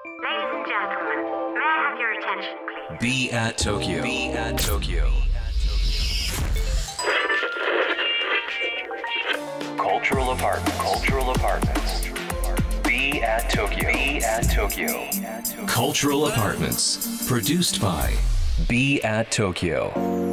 Ladies and gentlemen, may I have your attention, please? Be at Tokyo. Be at Tokyo. Cultural apartments. Cultural apartments. Be at Tokyo. Be at Tokyo. Cultural apartments. Produced by Be at Tokyo.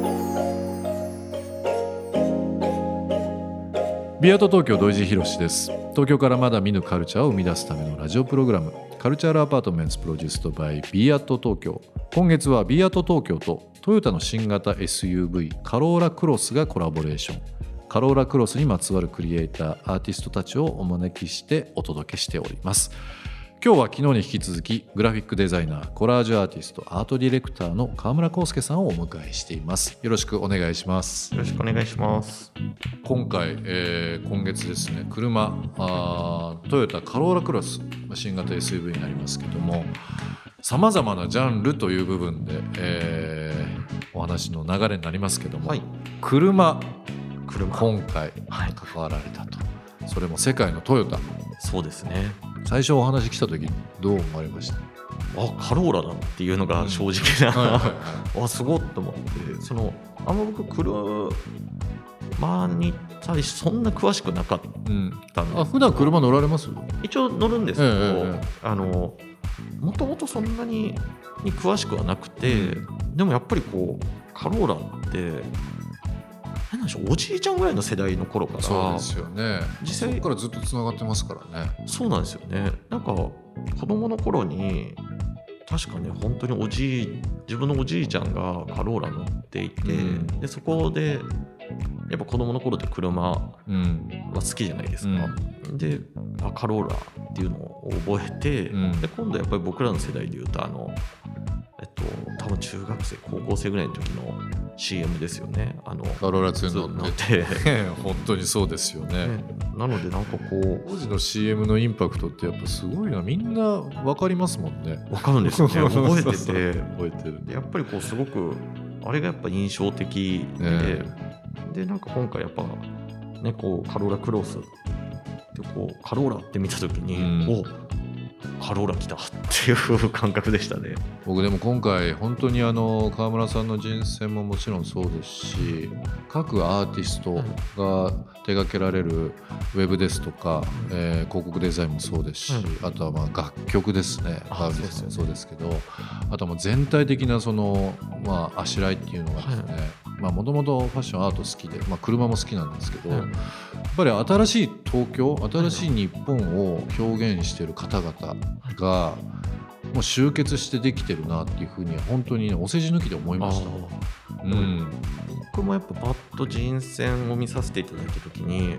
ビアート東京土井地博です。東京からまだ見ぬカルチャーを生み出すためのラジオプログラム、カルチャールアパートメンツプロデュースドバイビアート東京。今月はビアート東京とトヨタの新型 SUV カローラクロスがコラボレーション。カローラクロスにまつわるクリエイター、アーティストたちをお招きしてお届けしております。今日は昨日に引き続きグラフィックデザイナー、コラージュアーティスト、アートディレクターの川村康介さんをお迎えしています。よろしくお願いします。 よろしくお願いします。 今回、今月ですね、車トヨタカローラクロス新型 SUV になりますけども、さまざまなジャンルという部分で、お話の流れになりますけども、 はい、 車今回関わられたと、それも世界のトヨタ。 そうですね。 最初お話来た時どう思われました？ カローラだっていうのが正直な、すごいと思って、あんま僕車に対してそんな詳しくなかったんで、 普段車乗られます？ 一応乗るんですけど、もともとそんなに詳しくはなくて、でもやっぱりカローラっておじいちゃんぐらいの世代の頃から、 そうですよね、 実際そこからずっとつながってますからね。 そうなんですよね。なんか子供の頃に確かね、本当に自分のおじいちゃんがカローラ乗っていて、でそこでやっぱ子供の頃って車は好きじゃないですか、でカローラっていうのを覚えて、で今度やっぱり僕らの世代でいうと多分中学生高校生ぐらいの時の CM ですよね。 カローラ2乗って本当にそうですよね。 なのでなんか当時の CM のインパクトってやっぱすごいな。みんな分かりますもんね。 分かるんですよね。覚えてて覚えてる。 やっぱりすごくあれがやっぱ印象的で、なんか今回やっぱねカローラクロスでカローラって見た時に、カローラ来たっていう感覚でしたね。 僕でも今回本当に川村さんの人選ももちろんそうですし、各アーティストが手掛けられるウェブですとか、広告デザインもそうですし、あとは楽曲ですね。アーティストもそうですけど、あとは全体的なあしらいっていうのがですね、もともとファッションアート好きで、車も好きなんですけど、やっぱり新しい東京、新しい日本を表現している方々がもう集結してできてるなっていうふうに本当にお世辞抜きで思いました。 僕もやっぱバッと人選を見させていただいた時に、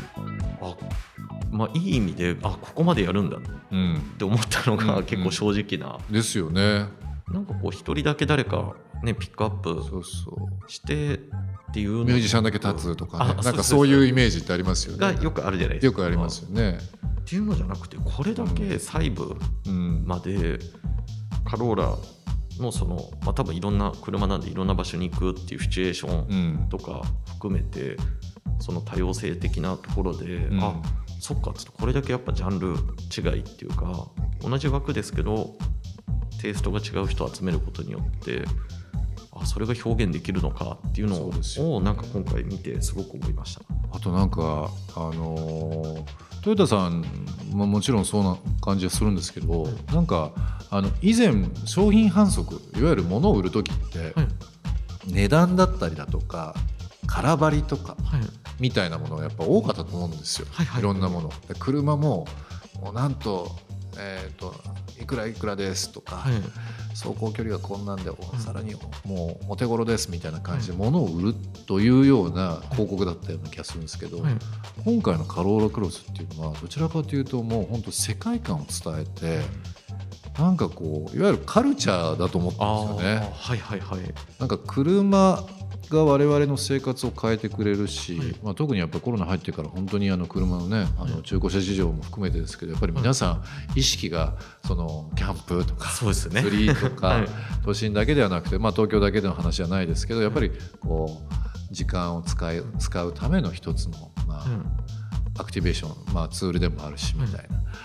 いい意味でここまでやるんだって思ったのが結構正直な、 ですよね。 なんか一人だけ誰かねピックアップしてっていうの、 ミュージシャンだけ立つとかね、なんかそういうイメージってありますよね。 がよくあるじゃないですか。 よくありますよね。 っていうのじゃなくて、これだけ細部までカローラの多分いろんな車なんでいろんな場所に行くっていうシチュエーションとか含めて、その多様性的なところで、そっかちょっとこれだけやっぱジャンル違いっていうか、同じ枠ですけどテイストが違う人を集めることによってそれが表現できるのかっていうのをなんか今回見てすごく思いました。 あとなんかトヨタさんももちろんそうな感じはするんですけど、なんか以前商品販促、いわゆる物を売るときって、値段だったりだとか空張りとかみたいなものがやっぱ多かったと思うんですよ。いろんなもので、車もなんといくらいくらですとか、走行距離がこんなんでさらにもうお手頃ですみたいな感じで物を売るというような広告だったような気がするんですけど、今回のカローラクロスっていうのはどちらかというともう本当世界観を伝えて、なんかいわゆるカルチャーだと思ったんですよね。なんか車が我々の生活を変えてくれるし、特にやっぱりコロナ入ってから本当に車のね、中古車事情も含めてですけど、やっぱり皆さん意識がキャンプとか釣りとか都心だけではなくて、東京だけでの話じゃないですけど、やっぱり時間を使うための一つのアクティベーション、ツールでもあるしみたいな。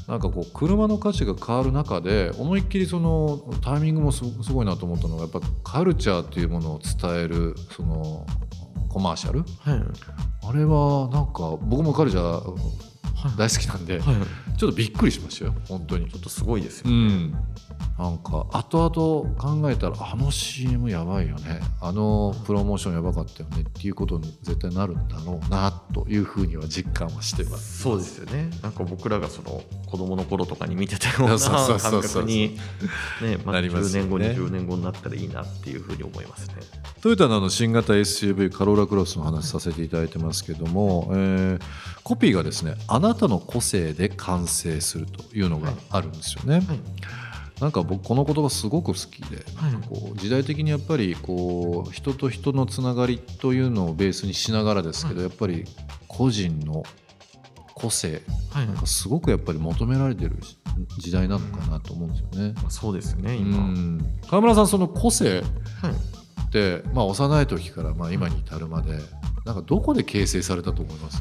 なんかこう車の価値が変わる中で思いっきりそのタイミングもすごいなと思ったのが、やっぱカルチャーっていうものを伝えるそのコマーシャル、 はい、 あれはなんか僕もカルチャー大好きなんで、 はいはい、 ちょっとびっくりしましたよ本当に。 ちょっとすごいですよね、 なんか後々考えたらあの CM やばいよね、あのプロモーションやばかったよねっていうことに絶対なるんだろうなというふうには実感はしてます。 そうですよね。なんか僕らがその子供の頃とかに見てたような感覚に10年後20年後になったらいいなっていうふうに思いますね。 トヨタの新型 SUV カローラクロスの話させていただいてますけども、コピーがですね、あなたの個性で完成するというのがあるんですよね、はいはい、なんか僕この言葉すごく好きで、はい、こう時代的にやっぱりこう人と人のつながりというのをベースにしながらですけど、はい、やっぱり個人の個性、はい、なんかすごくやっぱり求められてる時代なのかなと思うんですよね、 そうですね今。 川村さん、その個性って、幼い時から今に至るまでなんかどこで形成されたと思います？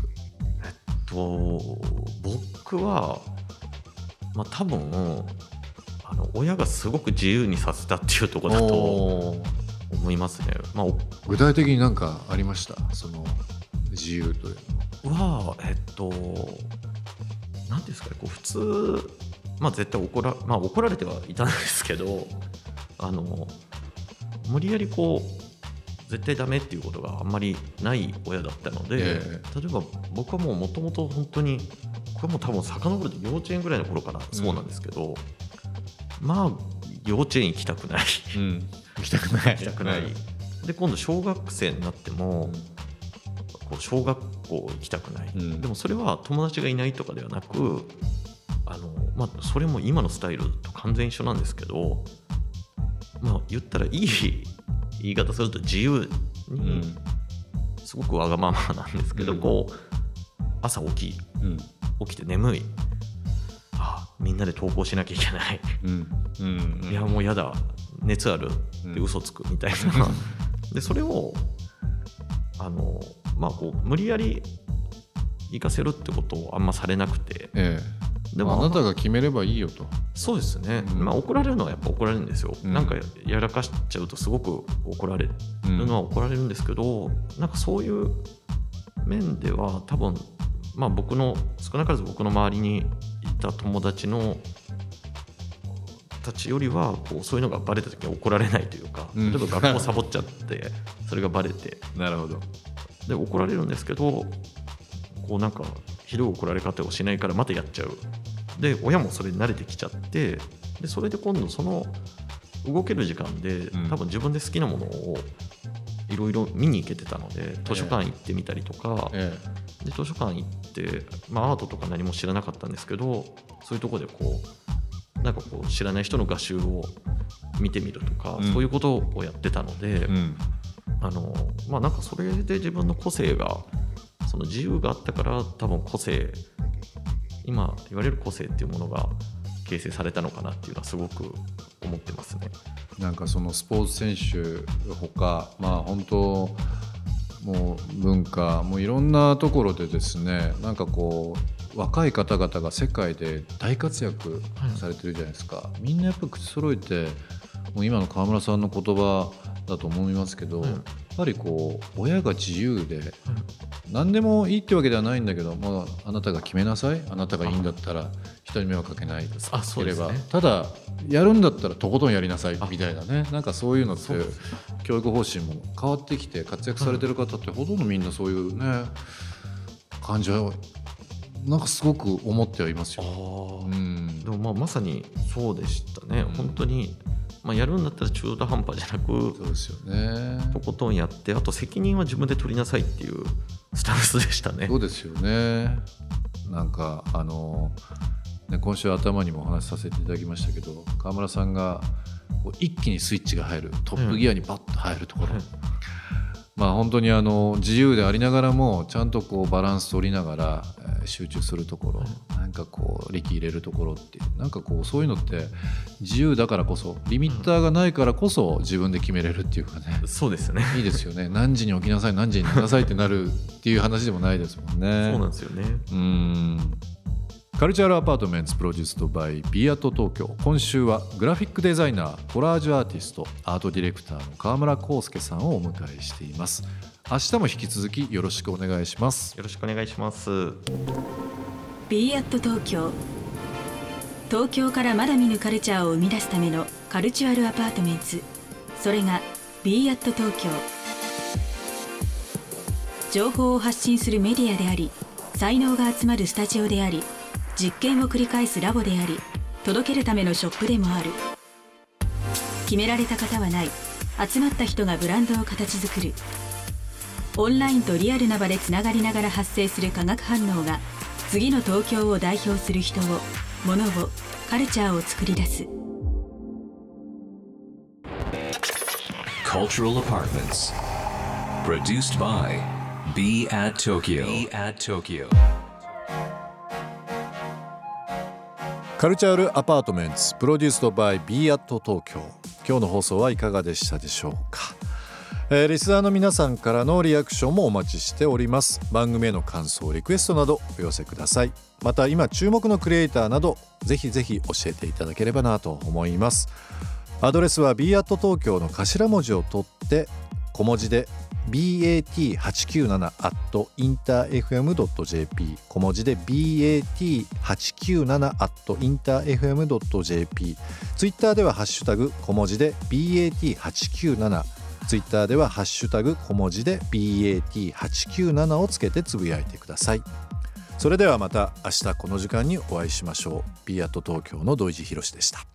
僕は、多分親がすごく自由にさせたっていうところだと思いますね。 具体的に何かありました？その自由というのは。 何ですかね、こう普通、絶対怒られてはいたんですけど、無理やりこう絶対ダメっていうことがあんまりない親だったので、例えば僕はもともと本当にこれも多分遡ると幼稚園ぐらいの頃からそうなんですけど、幼稚園行きたくない、 行きたくないで、今度小学生になっても、こう小学校行きたくない、でもそれは友達がいないとかではなく、それも今のスタイルと完全一緒なんですけど、言ったらいい言い方すると自由に、すごくわがままなんですけど、こう朝起きて眠い、みんなで登校しなきゃいけない、いやもうやだ、熱あるって嘘つくみたいな、でそれをこう無理やり行かせるってことをあんまされなくて、 でもあなたが決めればいいよと。 そうですね、怒られるのはやっぱ怒られるんですよ、なんかやらかしちゃうとすごく怒られるのは怒られるんですけど、なんかそういう面では多分、僕の少なからず僕の周りにいた友達のたちよりはこうそういうのがバレた時に怒られないというか、例えば学校サボっちゃってそれがバレてなるほど、 で怒られるんですけど、こうなんかひどい怒られ方をしないからまたやっちゃう。で親もそれに慣れてきちゃって、でそれで今度その動ける時間で多分自分で好きなものをいろいろ見に行けてたので、図書館行ってみたりとか、で図書館行って、アートとか何も知らなかったんですけど、そういうところでこうなんかこう知らない人の画集を見てみるとか、そういうことをやってたので、なんかそれで自分の個性が、その自由があったから多分個性、今言われる個性っていうものが形成されたのかなっていうのはすごく思ってますね。 なんかそのスポーツ選手ほか、本当もう文化もいろんなところでですね、なんかこう若い方々が世界で大活躍されてるじゃないですか、みんなやっぱ口揃えて、もう今の川村さんの言葉だと思いますけど、やっぱりこう親が自由で、何でもいいってわけではないんだけど、あなたが決めなさい、あなたがいいんだったら人に迷惑かけないければ、ただやるんだったらとことんやりなさいみたいなね、なんかそういうのって教育方針も変わってきて、活躍されてる方ってほとんどみんなそういうね感じはなんかすごく思ってはいますよ。 でもまさにそうでしたね、本当に。やるんだったら中途半端じゃなく、 そうですよね、 とことんやって、あと責任は自分で取りなさいっていうスタンスでしたね。 そうですよね。なんか今週頭にもお話しさせていただきましたけど、川村さんがこう一気にスイッチが入る、トップギアにバッと入るところ、本当に自由でありながらもちゃんとこうバランス取りながら、集中するところ、なんかこう力入れるところっていう、なんかこうそういうのって自由だからこそ、リミッターがないからこそ自分で決めれるっていうかね、 そうですね、 いいですよね。何時に起きなさい、何時に寝なさいってなるっていう話でもないですもんね。 そうなんですよね。 川カルチャーアパートメンツプロデュースドバイビーアット東京。今週はグラフィックデザイナー、コラージュアーティスト、アートディレクターの川村康介さんをお迎えしています。明日も引き続きよろしくお願いします。 よろしくお願いします。 ビーアット東京。東京からまだ見ぬカルチャーを生み出すためのカルチュアルアパートメンツ、それがビーアット東京。情報を発信するメディアであり、才能が集まるスタジオであり、実験を繰り返すラボであり、届けるためのショップでもある。決められた型はない。集まった人がブランドを形作る。オンラインとリアルな場でつながりながら発生する化学反応が、次の東京を代表する人を、物を、カルチャーを作り出す。 Cultural Apartments Produced by Be at Tokyo. Be at Tokyo. カルチャーアパートメンツプロデュースドバイビーアット東京。今日の放送はいかがでしたでしょうか。リスナーの皆さんからのリアクションもお待ちしております。番組への感想、リクエストなどお寄せください。また今注目のクリエイターなどぜひぜひ教えていただければなと思います。アドレスは b at 東京の頭文字を取って小文字で bat897@interfm.jp 小文字で bat897@interfm.jp ツイッターではハッシュタグ小文字で bat897 ツイッターではハッシュタグ小文字で bat897 をつけてつぶやいてください。それではまた明日この時間にお会いしましょう。 b at 東京の土井地博でした。